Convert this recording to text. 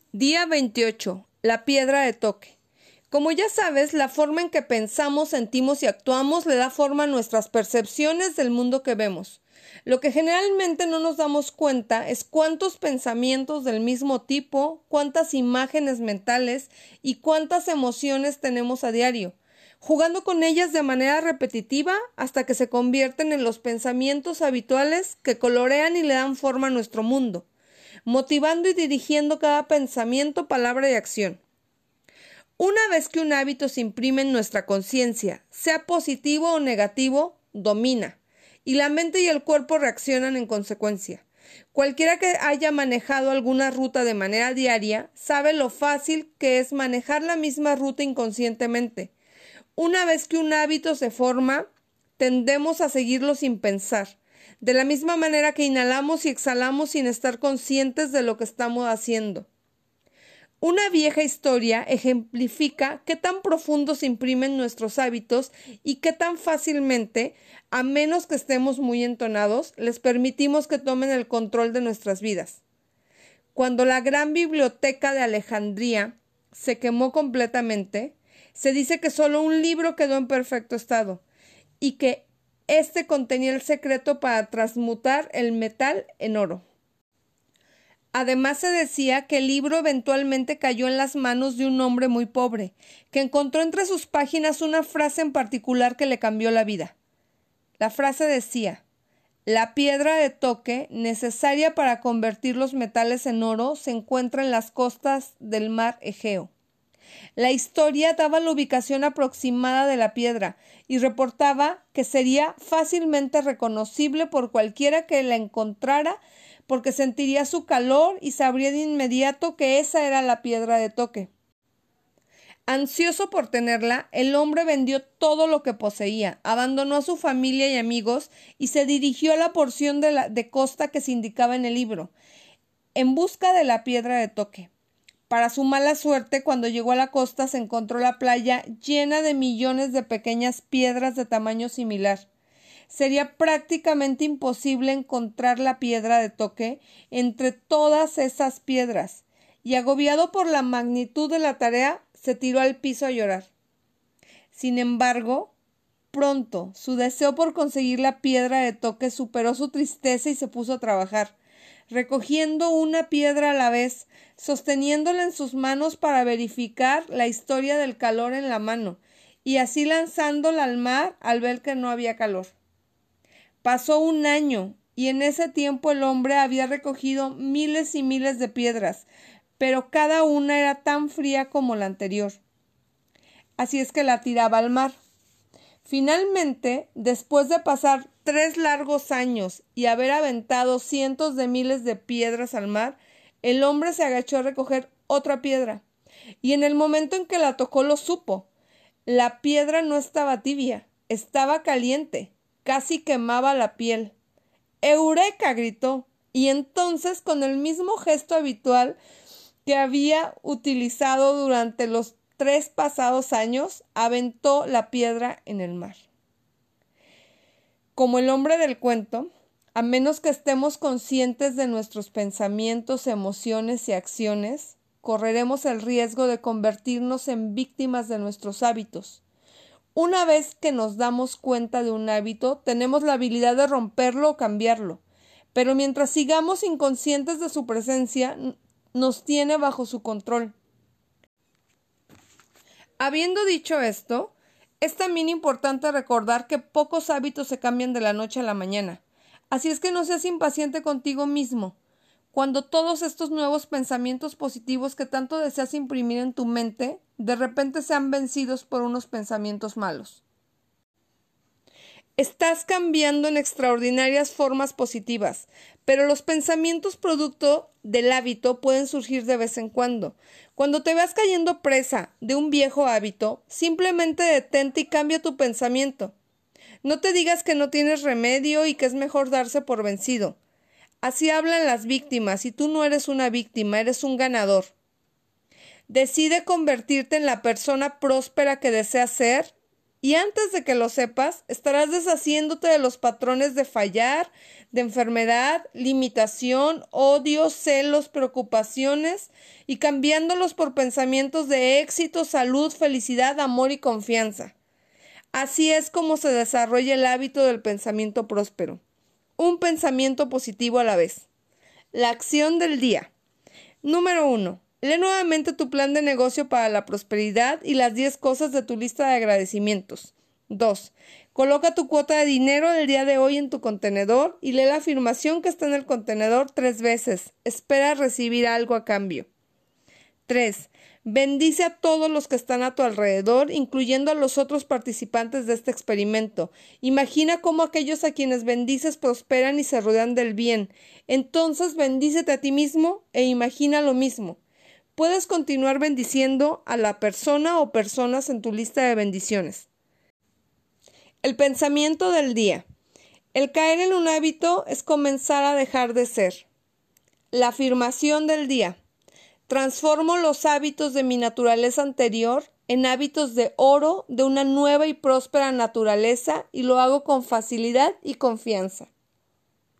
Día 28. La piedra de toque. Como ya sabes, la forma en que pensamos, sentimos y actuamos le da forma a nuestras percepciones del mundo que vemos. Lo que generalmente no nos damos cuenta es cuántos pensamientos del mismo tipo, cuántas imágenes mentales y cuántas emociones tenemos a diario, jugando con ellas de manera repetitiva hasta que se convierten en los pensamientos habituales que colorean y le dan forma a nuestro mundo, motivando y dirigiendo cada pensamiento, palabra y acción. Una vez que un hábito se imprime en nuestra conciencia, sea positivo o negativo, domina, y la mente y el cuerpo reaccionan en consecuencia. Cualquiera que haya manejado alguna ruta de manera diaria sabe lo fácil que es manejar la misma ruta inconscientemente. Una vez que un hábito se forma, tendemos a seguirlo sin pensar, de la misma manera que inhalamos y exhalamos sin estar conscientes de lo que estamos haciendo. Una vieja historia ejemplifica qué tan profundo se imprimen nuestros hábitos y qué tan fácilmente, a menos que estemos muy entonados, les permitimos que tomen el control de nuestras vidas. Cuando la gran biblioteca de Alejandría se quemó completamente, se dice que solo un libro quedó en perfecto estado y que este contenía el secreto para transmutar el metal en oro. Además se decía que el libro eventualmente cayó en las manos de un hombre muy pobre, que encontró entre sus páginas una frase en particular que le cambió la vida. La frase decía: la piedra de toque necesaria para convertir los metales en oro se encuentra en las costas del mar Egeo. La historia daba la ubicación aproximada de la piedra y reportaba que sería fácilmente reconocible por cualquiera que la encontrara, porque sentiría su calor y sabría de inmediato que esa era la piedra de toque. Ansioso por tenerla, el hombre vendió todo lo que poseía, abandonó a su familia y amigos y se dirigió a la porción de costa que se indicaba en el libro, en busca de la piedra de toque. Para su mala suerte, cuando llegó a la costa se encontró la playa llena de millones de pequeñas piedras de tamaño similar. Sería prácticamente imposible encontrar la piedra de toque entre todas esas piedras, y agobiado por la magnitud de la tarea, se tiró al piso a llorar. Sin embargo, pronto su deseo por conseguir la piedra de toque superó su tristeza y se puso a trabajar, recogiendo una piedra a la vez, sosteniéndola en sus manos para verificar la historia del calor en la mano, y así lanzándola al mar al ver que no había calor. Pasó un año, y en ese tiempo el hombre había recogido miles y miles de piedras, pero cada una era tan fría como la anterior. Así es que la tiraba al mar. Finalmente, después de pasar 3 largos años y haber aventado cientos de miles de piedras al mar, el hombre se agachó a recoger otra piedra, y en el momento en que la tocó lo supo. La piedra no estaba tibia, estaba caliente, casi quemaba la piel. ¡Eureka!, gritó, y entonces, con el mismo gesto habitual que había utilizado durante los 3 pasados años, aventó la piedra en el mar. Como el hombre del cuento, a menos que estemos conscientes de nuestros pensamientos, emociones y acciones, correremos el riesgo de convertirnos en víctimas de nuestros hábitos. Una vez que nos damos cuenta de un hábito, tenemos la habilidad de romperlo o cambiarlo, pero mientras sigamos inconscientes de su presencia, nos tiene bajo su control. Habiendo dicho esto, es también importante recordar que pocos hábitos se cambian de la noche a la mañana. Así es que no seas impaciente contigo mismo. Cuando todos estos nuevos pensamientos positivos que tanto deseas imprimir en tu mente, de repente sean vencidos por unos pensamientos malos. Estás cambiando en extraordinarias formas positivas, pero los pensamientos producto del hábito pueden surgir de vez en cuando. Cuando te veas cayendo presa de un viejo hábito, simplemente detente y cambia tu pensamiento. No te digas que no tienes remedio y que es mejor darse por vencido. Así hablan las víctimas, y tú no eres una víctima, eres un ganador. Decide convertirte en la persona próspera que deseas ser Y antes de que lo sepas, estarás deshaciéndote de los patrones de fallar, de enfermedad, limitación, odio, celos, preocupaciones y cambiándolos por pensamientos de éxito, salud, felicidad, amor y confianza. Así es como se desarrolla el hábito del pensamiento próspero. Un pensamiento positivo a la vez. La acción del día. Número 1. Lee nuevamente tu plan de negocio para la prosperidad y las 10 cosas de tu lista de agradecimientos. 2. Coloca tu cuota de dinero del día de hoy en tu contenedor y lee la afirmación que está en el contenedor 3 veces. Espera recibir algo a cambio. 3. Bendice a todos los que están a tu alrededor, incluyendo a los otros participantes de este experimento. Imagina cómo aquellos a quienes bendices prosperan y se rodean del bien. Entonces bendícete a ti mismo e imagina lo mismo. Puedes continuar bendiciendo a la persona o personas en tu lista de bendiciones. El pensamiento del día. El caer en un hábito es comenzar a dejar de ser. La afirmación del día. Transformo los hábitos de mi naturaleza anterior en hábitos de oro de una nueva y próspera naturaleza y lo hago con facilidad y confianza.